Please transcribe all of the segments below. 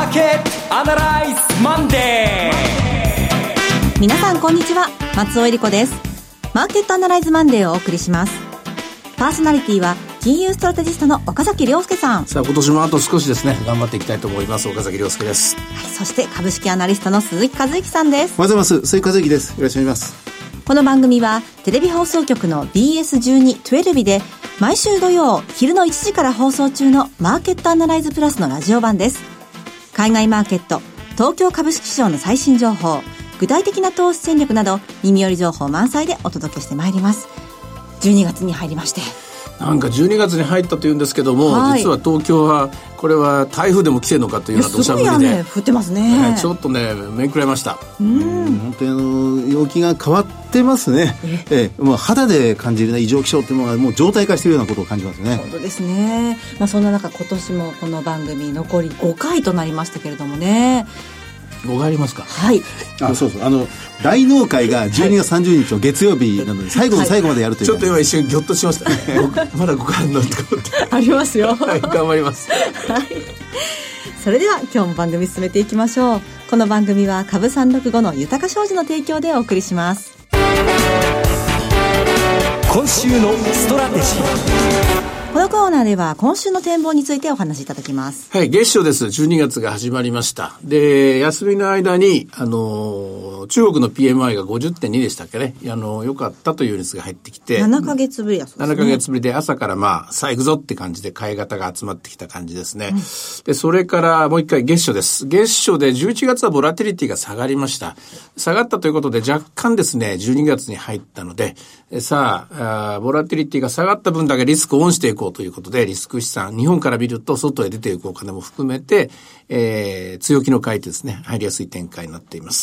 ーケットアナライズマンデー。 皆さんこんにちは、松尾恵理子です。マーケットアナライズマンデーをお送りします。パーソナリティは金融ストラテジストの岡崎亮介さん。 さあ今年もあと少しですね、頑張っていきたいと思います。岡崎亮介です。 はい、そして株式アナリストの鈴木和之さんです。 おはようございます。鈴木和之です。よろしくお願いします。 この番組はテレビ放送局の BS12-12 で毎週土曜昼の1時から放送中のマーケットアナライズプラスのラジオ版です。海外マーケット、東京株式市場の最新情報、具体的な投資戦略など耳寄り情報満載でお届けしてまいります。12月に入りまして、 なんか12月に入ったというんですけども、はい、実は東京はこれは台風でも来てるのかというような土砂降りで、 すごい雨降ってますね。 ちょっとねめくらいました。 本当に陽気が変わってますね。もう肌で感じる、異常気象というのがもう常態化しているようなことを感じますね。 本当ですね。そんな中今年もこの番組残り5回となりましたけれどもね。 5回ありますか。 はい。そう大納会が12月30日の月曜日なので、最後の最後までやるという、 ちょっと今一瞬ギョッとしましたね。まだ5回あるのと思ってありますよ。 はい、頑張ります。 はい。それでは今日も番組進めていきましょう。この番組は株365の豊か商事の提供でお送りします。 今週のストラテジー。 このコーナーでは今週の展望についてお話しいただきます。 はい、月初です。12月が始まりました。で、休みの間に、中国の PMI が 50.2 でしたっけね。良かったというニュースが入ってきて。 7ヶ月ぶりだそうですね。 7ヶ月ぶりで朝からさあ行くぞって感じで買い方が集まってきた感じですね。で、それからもう一回月初です。月初で11月はボラティリティが下がりました。下がったということで若干ですね、12月に入ったので、さあ、ボラティリティが下がった分だけリスクをオンしていこうということで、リスク資産、日本から見ると外へ出ていくお金も含めて、強気の買い手ですね、入りやすい展開になっています。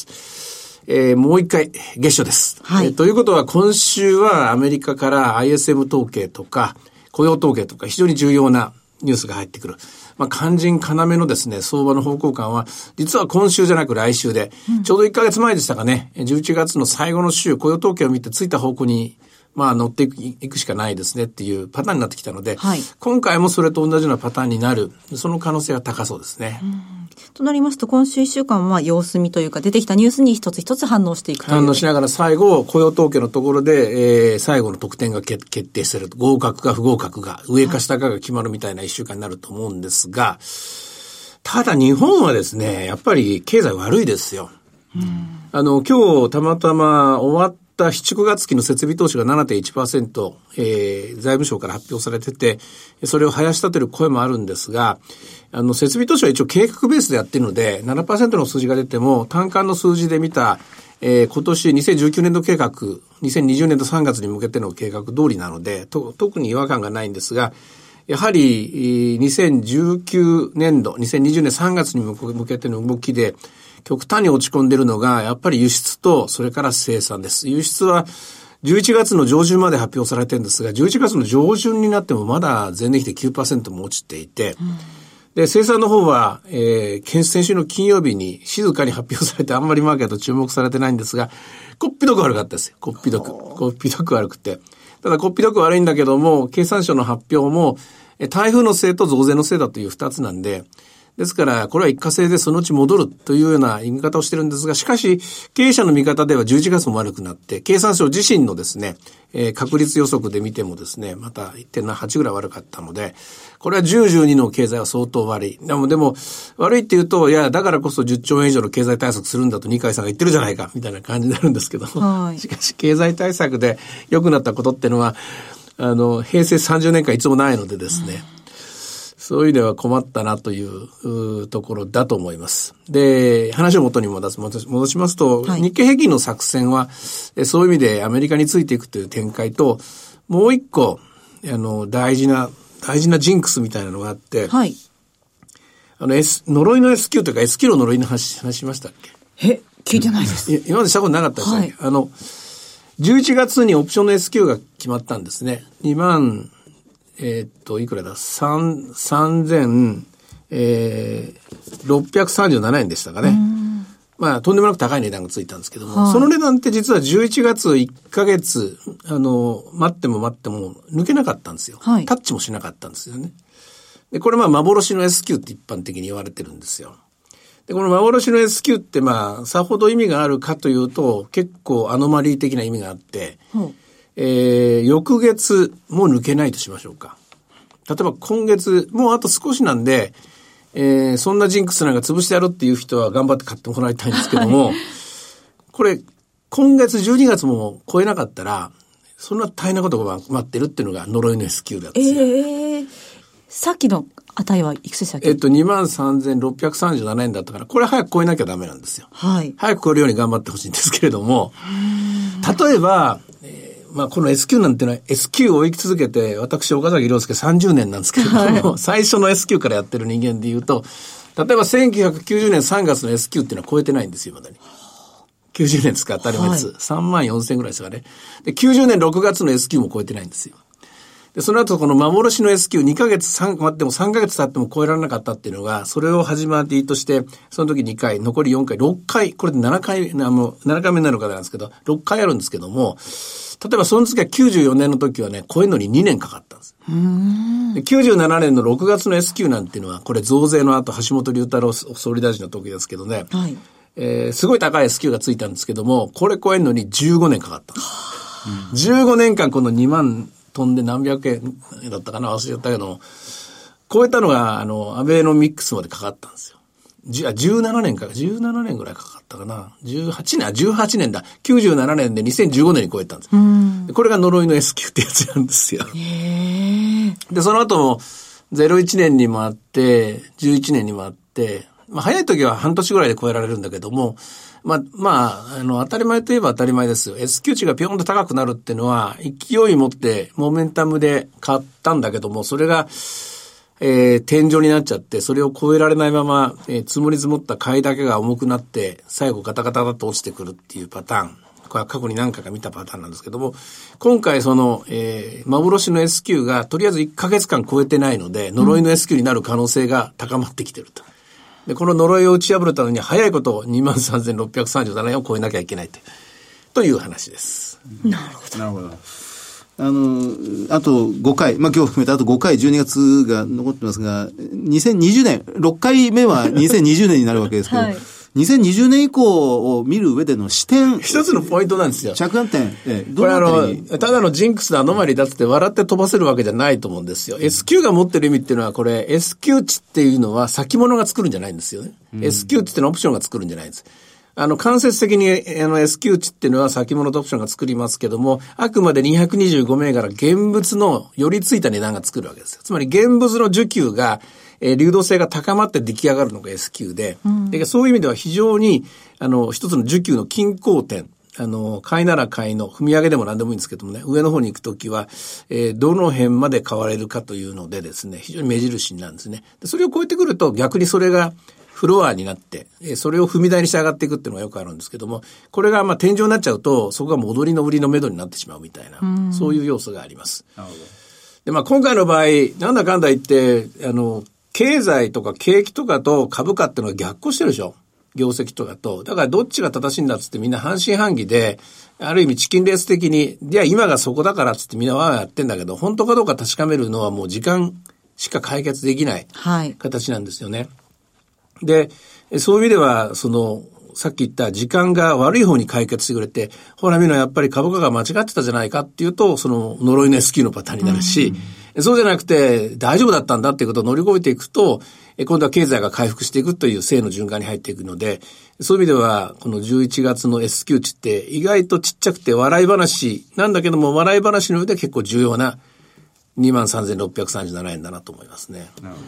もう一回、月初です。はい。ということは今週はアメリカから ISM 統計とか、雇用統計とか非常に重要なニュースが入ってくる。肝心要のですね、相場の方向感は、実は今週じゃなく来週で、ちょうど1ヶ月前でしたかね、11月の最後の週、雇用統計を見てついた方向に、乗っていくしかないですねっていうパターンになってきたので、はい、今回もそれと同じようなパターンになる、その可能性は高そうですね。 となりますと、今週1週間は様子見というか、出てきたニュースに一つ一つ反応していくという。 反応しながら最後、雇用統計のところで、最後の得点が決定する。合格か不合格が、上か下かが決まるみたいな1週間になると思うんですが、ただ日本はですね、やっぱり経済悪いですよ。今日たまたま終わった7、9月期の設備投資が 7.1%、財務省から発表されてて、それを生やしたという声もあるんですが、設備投資は一応計画ベースでやっているので、7% の数字が出ても、単価の数字で見た、今年2019年度計画、2020年度3月に向けての計画通りなので、特に違和感がないんですが、やはり、2019年度、2020年3月に向けての動きで、極端に落ち込んでいるのが、やっぱり輸出と、それから生産です。輸出は、11月の上旬まで発表されてるんですが、11月の上旬になってもまだ前年比で 9% も落ちていて、で、生産の方は、先週の金曜日に静かに発表されてあんまりマーケット注目されてないんですが、こっぴどく悪かったですよ。こっぴどく悪くて。ただこっぴどく悪いんだけども、経産省の発表も、台風のせいと増税のせいだという2つなんで、ですから、これは一過性でそのうち戻るというような言い方をしてるんですが、しかし、経営者の見方では11月も悪くなって、経産省自身のですね、確率予測で見てもですね、また 1.8 ぐらい悪かったので、これは10、12の経済は相当悪い。でも、悪いって言うと、いや、だからこそ10兆円以上の経済対策するんだと二階さんが言ってるじゃないか、みたいな感じになるんですけど、はい、しかし、経済対策で良くなったことっていうのは、平成30年間いつもないのでですね、そういう意味では困ったなというところだと思います。で、話を元に戻しますと、はい、日経平均の作戦は、そういう意味でアメリカについていくという展開と、もう一個、大事なジンクスみたいなのがあって、はい、呪いの S q というか S q の呪いの話しましたっけ？ 聞いてないです。 今までしたことなかったですね。はい、11月にオプションの S q が決まったんですね。2万、いくらだ ?3637 円でしたかね。とんでもなく高い値段がついたんですけども、はい、その値段って実は11月1ヶ月、待っても抜けなかったんですよ。はい、タッチもしなかったんですよね。で、これ幻の S q って一般的に言われてるんですよ。 で、この幻の S q ってさほど意味があるかというと、結構アノマリー的な意味があって、翌月も抜けないとしましょうか。例えば今月、もうあと少しなんで、そんなジンクスなんか潰してやるっていう人は頑張って買ってもらいたいんですけども、これ、今月12月も超えなかったら、そんな大変なことが待ってるっていうのが呪いの S q なんですよ。 さっきの値はいくつでしたっけ ？23,637 円だったから、これ早く超えなきゃダメなんですよ。 はい。 早く超えるように頑張ってほしいんですけれども、例えば、この S q なんていうのは S q を追い続けて、私、岡崎亮介30年なんですけれども、最初の S q からやってる人間で言うと、例えば1990年3月の S q っていうのは超えてないんですよ、まだに。90年ですか、当たり前です。34,000ぐらいですかね。で、90年6月の S q も超えてないんですよ。で、その後この幻の S q 2ヶ月待っても3ヶ月経っても超えられなかったっていうのが、それを始まりとして、その時2回、残り4回、6回、これで7回目になる方なんですけど、6回あるんですけども、例えばその次は94年の時はね、超えるのに2年かかったんです。で97年の6月の S q なんていうのは、これ増税の後、橋本龍太郎総理大臣の時ですけどね、はい、すごい高い S q がついたんですけども、これ超えるのに15年かかったんです。15年間この2万飛んで何百円だったかな忘れちゃったけど、超えたのが、アベノミックスまでかかったんですよ。17年ぐらいかかったかな。18年だ。97年で2015年に超えたんです。これが呪いの S q ってやつなんですよ。で、その後も、01年にもあって、11年にもあって、早い時は半年ぐらいで超えられるんだけども、当たり前といえば当たり前ですよ。S q 値がピョンと高くなるっていうのは、勢い持ってモメンタムで買ったんだけども、それが、天井になっちゃって、それを超えられないまま、積もり積もった買いだけが重くなって、最後ガタガタと落ちてくるっていうパターン。これは過去に何回か見たパターンなんですけども、今回その、幻の S q がとりあえず1ヶ月間超えてないので、呪いの S q になる可能性が高まってきてると。で、この呪いを打ち破るために早いことを 23,637 円を超えなきゃいけないという話です。 なるほど。 なるほど。あと5回、今日含めてあと5回12月が残ってますが、2020年、6回目は2020年になるわけですけど、はい、2020年以降を見る上での視点。 一つのポイントなんですよ。 着眼点。 これただのジンクスのアノマリーだって笑って飛ばせるわけじゃないと思うんですよ。S q が持ってる意味っていうのは、これ S q 値っていうのは先物が作るんじゃないんですよね。S q 値ってのはオプションが作るんじゃないんです。間接的にS q 値っていうのは先物とオプションが作りますけども、あくまで225銘柄現物のよりついた値段が作るわけですよ。つまり現物の需給が流動性が高まって出来上がるのが S q で、そういう意味では非常に一つの需給の均衡点、買いなら買いの踏み上げでも何でもいいんですけどもね、上の方に行くときは、どの辺まで買われるかというのでですね、非常に目印になるんですね。でそれを超えてくると逆にそれがフロアになって、それを踏み台にして上がっていくっていうのがよくあるんですけども、これが天井になっちゃうと、そこが戻りの売りの目処になってしまうみたいな、そういう要素があります。なるほど。で、今回の場合、なんだかんだ言って、経済とか景気とかと株価っていうのは逆行してるでしょ。業績とかと。だからどっちが正しいんだっつってみんな半信半疑で、ある意味チキンレース的に、いや今がそこだからっつってみんなわーやってんだけど、本当かどうか確かめるのはもう時間しか解決できない形なんですよね。で、そういう意味では、さっき言った時間が悪い方に解決してくれて、ほらみんなやっぱり株価が間違ってたじゃないかっていうと、その呪いの S q のパターンになるし、そうじゃなくて大丈夫だったんだっていうことを乗り越えていくと、今度は経済が回復していくという正の循環に入っていくので、そういう意味では、この11月の S q 値って意外とちっちゃくて笑い話なんだけども、笑い話の上で結構重要な 23,637 円だなと思いますね。なるほど。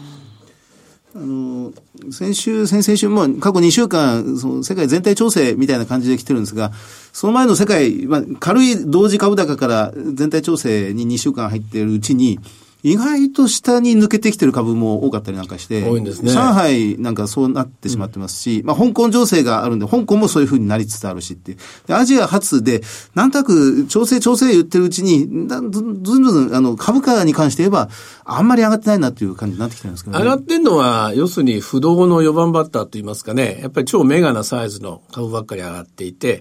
先々週も過去2週間、世界全体調整みたいな感じで来てるんですが、その前の世界、軽い同時株高から全体調整に2週間入っているうちに、意外と下に抜けてきてる株も多かったりなんかして、 多いんですね。 上海なんかそうなってしまってますし、香港情勢があるんで、香港もそういう風になりつつあるしっていう。でアジア初で、なんとなく調整言ってるうちに、ずん株価に関して言えば、あんまり上がってないなっていう感じになってきてるんですけどね。 上がってんのは、要するに不動の4番バッターといいますかね、やっぱり超メガなサイズの株ばっかり上がっていて、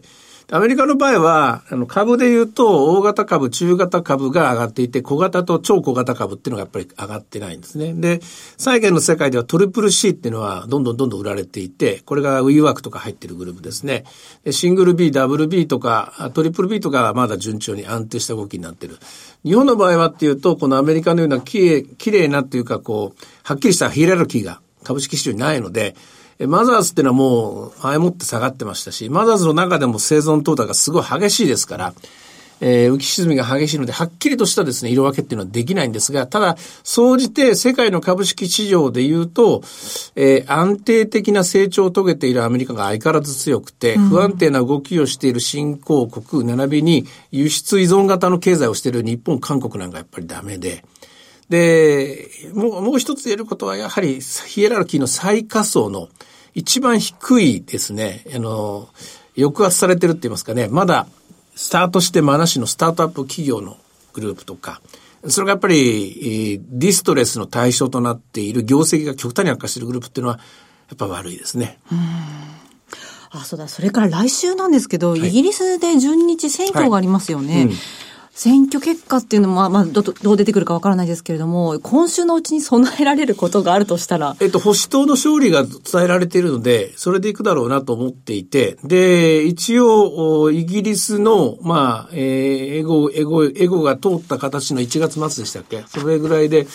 アメリカの場合は、株で言うと、大型株、中型株が上がっていて、小型と超小型株っていうのがやっぱり上がってないんですね。で、債券の世界ではトリプル C っていうのはどんどん売られていて、これがウィーワークとか入ってるグループですね。でシングル B、ダブル B とか、トリプル B とかはまだ順調に安定した動きになってる。日本の場合はっていうと、このアメリカのような綺麗なっていうか、こう、はっきりしたヒエラルキーが株式市場にないので、マザーズっていうのはもう、前もって下がってましたし、マザーズの中でも生存淘汰がすごい激しいですから、浮き沈みが激しいので、はっきりとしたですね、色分けっていうのはできないんですが、ただ、総じて世界の株式市場で言うと、安定的な成長を遂げているアメリカが相変わらず強くて、不安定な動きをしている新興国、並びに輸出依存型の経済をしている日本、韓国なんかやっぱりダメで、で、もう一つ言えることは、やはりヒエラルキーの最下層の一番低いですね、抑圧されてるって言いますかね、まだスタートして間なしのスタートアップ企業のグループとか、それがやっぱりディストレスの対象となっている業績が極端に悪化しているグループっていうのはやっぱ悪いですね。 そうだ、それから来週なんですけど、はい、イギリスで12日選挙がありますよね。はい選挙結果っていうのも、どう出てくるかわからないですけれども、今週のうちに備えられることがあるとしたら。 保守党の勝利が伝えられているので、それでいくだろうなと思っていて、で、一応、イギリスの、エゴが通った形の1月末でしたっけ？それぐらいで、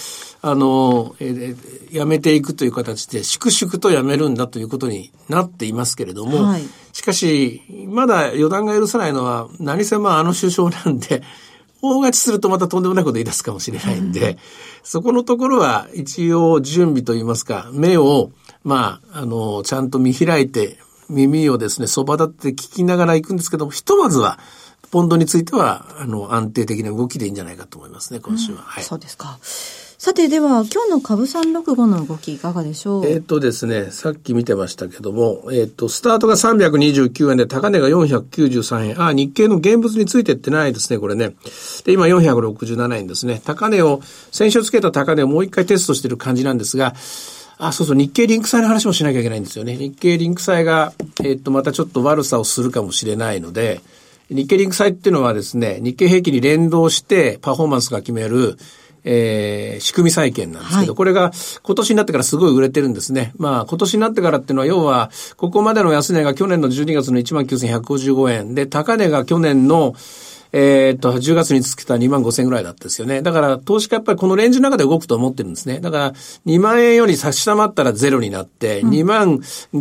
やめていくという形で、粛々とやめるんだということになっていますけれども、はい、しかし、まだ予断が許さないのは、何せ首相なんで、大勝ちするとまたとんでもないこと言い出すかもしれないんで、そこのところは一応準備といいますか、目を、ちゃんと見開いて、耳をですね、そば立って聞きながら行くんですけども、ひとまずは、ポンドについては、安定的な動きでいいんじゃないかと思いますね、今週は。はい。 そうですか。さて、では、今日の株365の動きいかがでしょう？ ですね、さっき見てましたけども、スタートが329円で、高値が493円。日経の現物についてってないですね、これね。で、今467円ですね。先週つけた高値をもう一回テストしてる感じなんですが、日経リンク債の話もしなきゃいけないんですよね。日経リンク債が、またちょっと悪さをするかもしれないので、日経リンク債っていうのはですね、日経平均に連動してパフォーマンスが決める、仕組み債券なんですけど、はい、これが今年になってからすごい売れてるんですね。今年になってからっていうのは、要は、ここまでの安値が去年の12月の 19,155 円で、高値が去年の、10月につけた2万5千ぐらいだったですよね。だから、投資家やっぱりこのレンジの中で動くと思ってるんですね。だから、2万円より差し下回ったらゼロになって、2万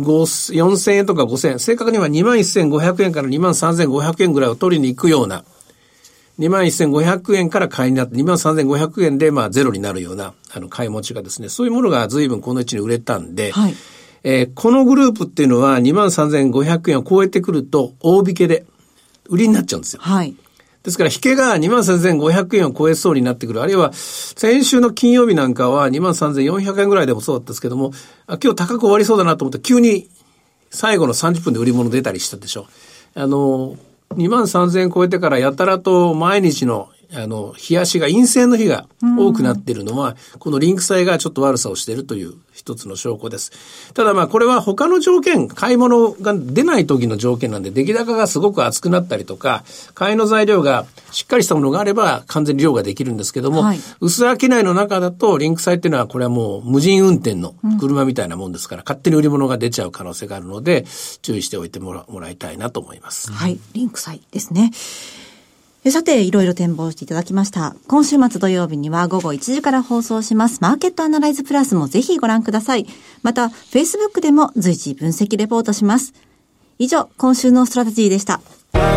4千円とか5千円、正確には2万1500円から2万3500円ぐらいを取りに行くような、21,500 円から買いになって、23,500 円でゼロになるような、買い持ちがですね、そういうものが随分この位置に売れたんで、はい、このグループっていうのは 23,500 円を超えてくると、大引けで売りになっちゃうんですよ。はい。ですから、引けが 23,500 円を超えそうになってくる。あるいは、先週の金曜日なんかは 23,400 円ぐらいでもそうだったんですけども、今日高く終わりそうだなと思って、急に最後の30分で売り物出たりしたでしょ。23,000円超えてからやたらと毎日の日足が陰線の日が多くなっているのは、このリンク債がちょっと悪さをしているという一つの証拠です。ただこれは他の条件、買い物が出ない時の条件なんで、出来高がすごく厚くなったりとか、買いの材料がしっかりしたものがあれば完全に量ができるんですけども、はい、薄商いの中だとリンク債っていうのはこれはもう無人運転の車みたいなもんですから、勝手に売り物が出ちゃう可能性があるので、注意しておいてもらいたいなと思います。 はい、リンク債ですね。さて、いろいろ展望していただきました。今週末土曜日には午後1時から放送しますマーケットアナライズプラスもぜひご覧ください。また、Facebook でも随時分析レポートします。以上、今週のストラテジーでした。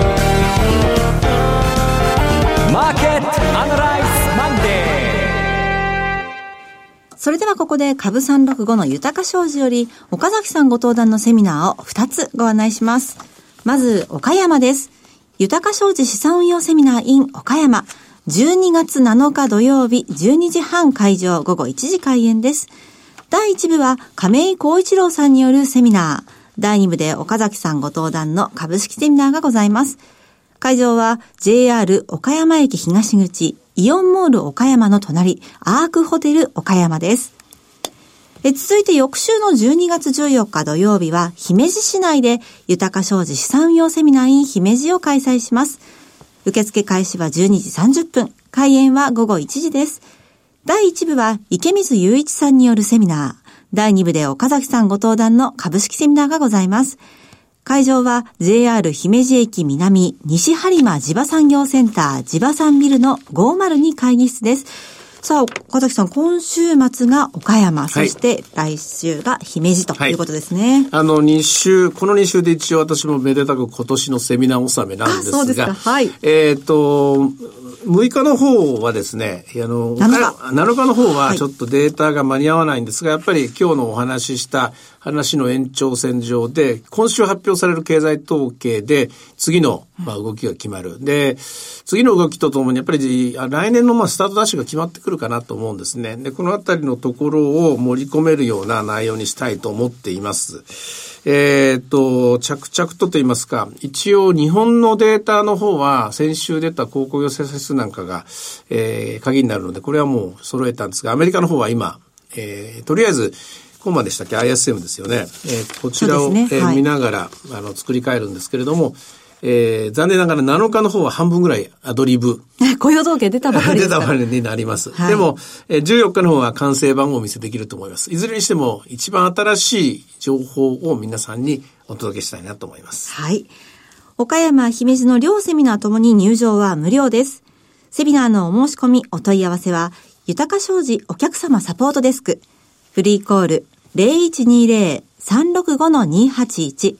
マーケットアナライズマンデー。それではここで株365の豊か商事より岡崎さんご登壇のセミナーを2つご案内します。まず、岡山です。豊か商事資産運用セミナー in 岡山。12月7日土曜日12時半会場、午後1時開演です。第1部は亀井光一郎さんによるセミナー。第2部で岡崎さんご登壇の株式セミナーがございます。会場は JR 岡山駅東口、イオンモール岡山の隣、アークホテル岡山です。 続いて翌週の12月14日土曜日は、姫路市内で豊か商事資産運用セミナー in 姫路を開催します。受付開始は12時30分、開演は午後1時です。第1部は池水雄一さんによるセミナー、第2部で岡崎さんご登壇の株式セミナーがございます。会場は JR 姫路駅南西播磨地場産業センター地場産ビルの502会議室です。さあ、岡崎さん、今週末が岡山、そして来週が姫路ということですね。 この2週で一応私もめでたく今年のセミナー納めなんですが、 そうですか、はい。 6日の方はですね、7日の方はちょっとデータが間に合わないんですが、やっぱり今日のお話しした話の延長線上で、今週発表される経済統計で次の動きが決まる。で、次の動きとともにやっぱり来年のスタートダッシュが決まってくるかなと思うんですね。で、このあたりのところを盛り込めるような内容にしたいと思っています。着々と言いますか、一応日本のデータの方は先週出た鉱工業生産指数なんかが、鍵になるので、これはもう揃えたんですが、アメリカの方は今、とりあえずコンマでしたっけ ISM ですよね。こちらを、見ながら作り変えるんですけれども、残念ながら7日の方は半分ぐらいアドリブ。 雇用統計出たばかりですから。 出たばかりになります。はい、でも、14日の方は完成版をお見せできると思います。いずれにしても一番新しい情報を皆さんにお届けしたいなと思います。 はい。岡山、姫路の両セミナーともに入場は無料です。セミナーのお申し込み、お問い合わせは、豊か商事お客様サポートデスク。フリーコール 0120-365-281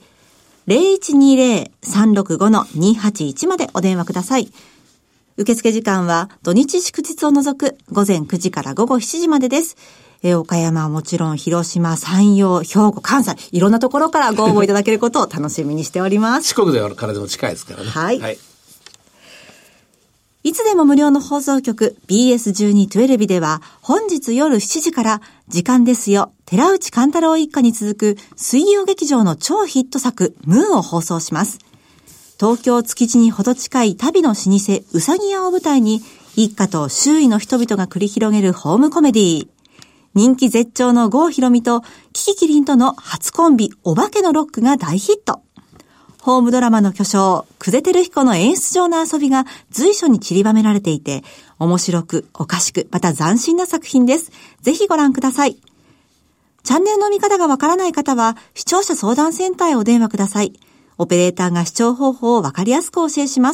0120-365-281 までお電話ください。受付時間は土日祝日を除く午前9時から午後7時までです。岡山はもちろん広島、山陽、兵庫、関西、いろんなところからご応募いただけることを楽しみにしております。 四国でからでも近いですからね。 はい。はい。いつでも無料の放送局 BS12-12 では本日夜7時から時間ですよ寺内貫太郎一家に続く水曜劇場の超ヒット作ムーを放送します。東京築地にほど近い旅の老舗うさぎ屋を舞台に一家と周囲の人々が繰り広げるホームコメディ。人気絶頂の郷ひろみとキキキリンとの初コンビお化けのロックが大ヒット。ホームドラマの巨匠、久世照彦の演出上の遊びが随所に散りばめられていて、面白く、おかしく、また斬新な作品です。ぜひご覧ください。チャンネルの見方がわからない方は、視聴者相談センターへお電話ください。オペレーターが視聴方法をわかりやすくお教えします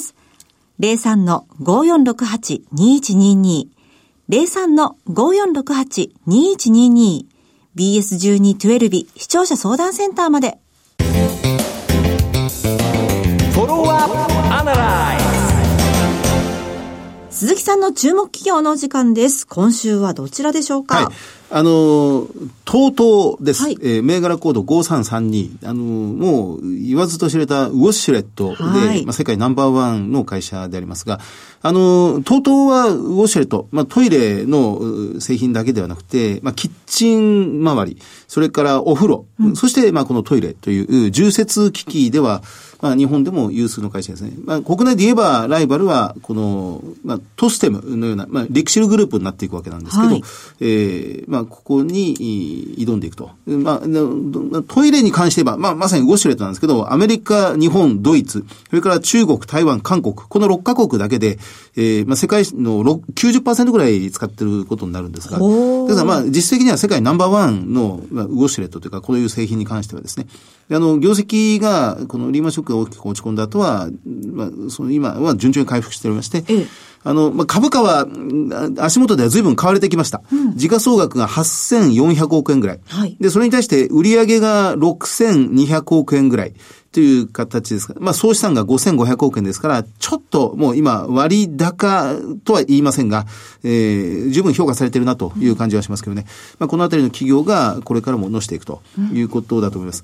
。03-5468-2122 03-5468-2122 BS12-12 視聴者相談センターまで。鈴木さんの注目企業のお時間です。今週はどちらでしょうか。 はい。TOTO です。 はい。 銘柄コード5332。もう言わずと知れたウォシュレットで、はい、世界ナンバーワンの会社でありますが、TOTO はウォシュレット、トイレの製品だけではなくて、キッチン周り、それからお風呂、そしてこのトイレという重接機器では、日本でも有数の会社ですね。国内で言えばライバルはこの、トステムのような、リクシルグループになっていくわけなんですけど、はい、ここに挑んでいくと。トイレに関して言えば、まさにウォシュレットなんですけど、アメリカ、日本、ドイツ、それから中国、台湾、韓国、この6カ国だけで、世界の 90% ぐらい使ってることになるんですが、ですから実質的には世界ナンバーワンのウォシュレットというか、こういう製品に関してはですね、業績がこのリーマンショックが大きく落ち込んだ後は、今は順調に回復しておりまして、株価は足元では随分買われてきました。時価総額が8400億円ぐらい。はい、で、それに対して売上が6200億円ぐらいという形ですから、総資産が5500億円ですから、ちょっともう今割高とは言いませんが、十分評価されているなという感じはしますけどね。このあたりの企業がこれからも乗していくということだと思います。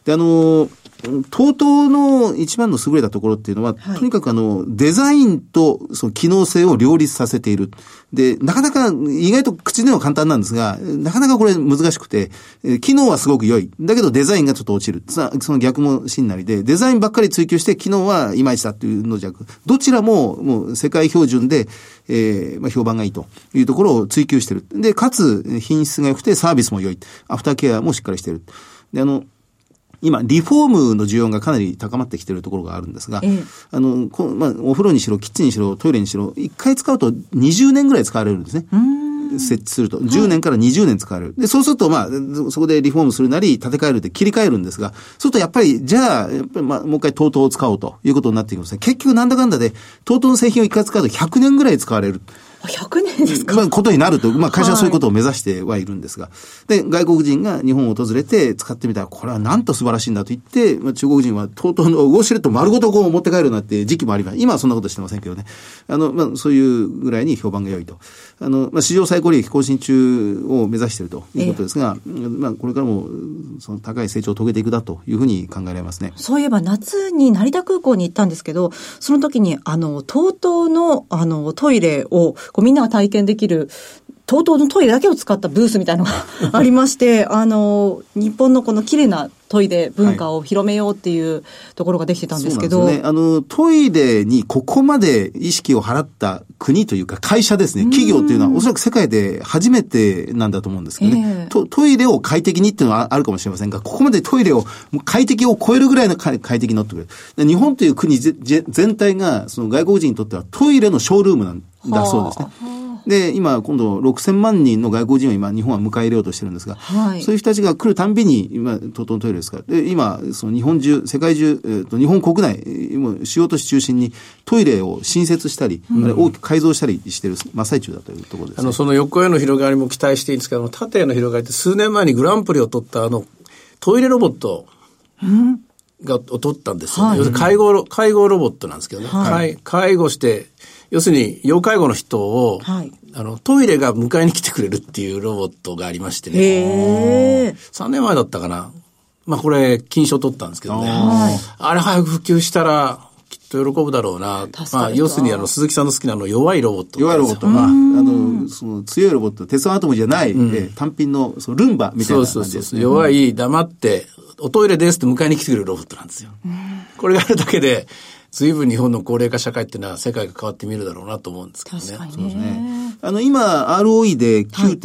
で、TOTOの一番の優れたところっていうのは、とにかくデザインとその機能性を両立させている。で、なかなか意外と口では簡単なんですが、なかなかこれ難しくて、機能はすごく良い。だけどデザインがちょっと落ちる。その逆も真なりで、デザインばっかり追求して機能はいまいちだっていうのじゃなく、どちらももう世界標準で、評判がいいというところを追求している。で、かつ品質が良くてサービスも良い。アフターケアもしっかりしている。で、今、リフォームの需要がかなり高まってきているところがあるんですが、お風呂にしろ、キッチンにしろ、トイレにしろ、1回使うと20年ぐらい使われるんですね。設置すると。10年から20年使われる。で、そうすると、そこでリフォームするなり、建て替えるって切り替えるんですが、そうするとやっぱり、じゃあ、もう一回 TOTO を使おうということになってきますね。結局なんだかんだで、TOTO の製品を1回使うと100年ぐらい使われる。 100年ですか？ ことになると、会社はそういうことを目指してはいるんですが。で、外国人が日本を訪れて使ってみたら、これはなんと素晴らしいんだと言って、中国人はTOTOのウォシュレット丸ごと持って帰るなって時期もあります。今はそんなことしてませんけどね。そういうぐらいに評判が良いと。史上最高利益更新中を目指しているということですが、これからもその高い成長を遂げていくだというふうに考えられますね。 そういえば夏に成田空港に行ったんですけど、その時にTOTOのトイレをみんなが体験できるTOTOのトイレだけを使ったブースみたいなのがありまして日本のこの綺麗なトイレ文化を広めようっていうところができてたんですけど、 そうなんですよね。トイレにここまで意識を払った国というか会社ですね、企業というのはおそらく世界で初めてなんだと思うんですけどね。トイレを快適にっていうのはあるかもしれませんが、ここまでトイレを快適を超えるぐらいの快適になってくる。日本という国全体がその外国人にとってはトイレのショールームなんだそうですね。で、今度6000万人の外国人を今日本は迎え入れようとしてるんですが、そういう人たちが来るたんびに今TOTOのトイレですから。で、今その日本中、世界中、日本国内、主要都市中心にトイレを新設したり、大きく改造したりしている真っ最中だというところですね。 その横への広がりも期待していいんですけど、縦への広がりって数年前にグランプリを取ったトイレロボットを取ったんですよ、ね。要するに介護ロボットなんですけどね。介護して、要するに要介護の人を、トイレが迎えに来てくれるっていうロボットがありましてね。3年前だったかな。これ金賞取ったんですけどね。あれ早く普及したらきっと喜ぶだろうな。要するに鈴木さんの好きな弱いロボット。 弱いロボットが、その強いロボット、鉄腕アトムじゃない、単品のそのルンバみたいな感じですね。 弱い、黙って、おトイレですって迎えに来てくれるロボットなんですよ。これがあるだけで、随分日本の高齢化社会っていうのは世界が変わってみるだろうなと思うんですけどね。 確かにね。 そうですね。今 ROE で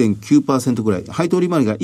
9.9% ぐらい、配当利回りが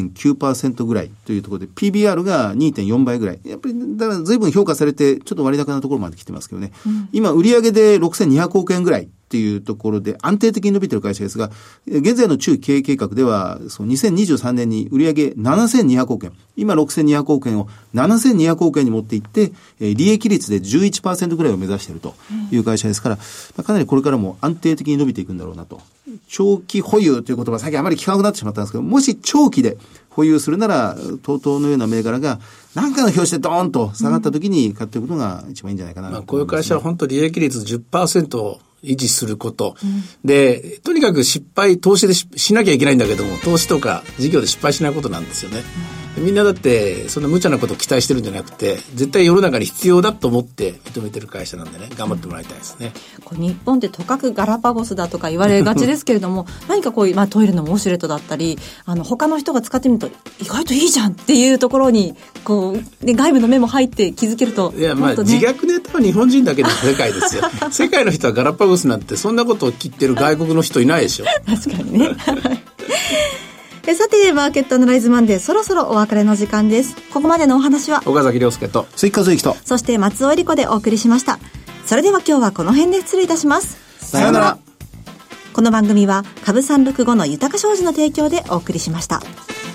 1.9% ぐらいというところで PBR が 2.4 倍ぐらい。やっぱりだから随分評価されてちょっと割高なところまで来てますけどね。今売上で6200億円ぐらいっていうところで安定的に伸びている会社ですが、現在の中期経営計画ではその2023年に売上7200億円、今6200億円を7200億円に持っていって、利益率で 11% ぐらいを目指しているという会社ですから、かなりこれからも安定的に伸びていくんだろうなと。長期保有という言葉最近あまり聞かなくなってしまったんですけど、もし長期で保有するなら、TOTOのような銘柄が何かの表紙でドーンと下がった時に買っていくことが一番いいんじゃないかなと思いますね。 こういう会社は本当利益率 10% を維持すること、でとにかく投資でしなきゃいけないんだけども、投資とか事業で失敗しないことなんですよね。みんなだってそんな無茶なことを期待してるんじゃなくて、絶対世の中に必要だと思って認めてる会社なんでね、頑張ってもらいたいですね。 日本ってとかくガラパゴスだとか言われがちですけれども何かこういう、トイレのウォシュレットだったり他の人が使ってみると意外といいじゃんっていうところにこう、外部の目も入って気づけると、 いや自虐ネタは日本人だけの世界ですよ世界の人はガラパゴスなんてそんなことを切ってる外国の人いないでしょ確かにねさてマーケットアナライズマンデー、そろそろお別れの時間です。ここまでのお話は岡崎亮介と関和之と、 そして松尾恵理子でお送りしました。それでは今日はこの辺で失礼いたします。 さようなら。 この番組は株365の豊か商事の提供でお送りしました。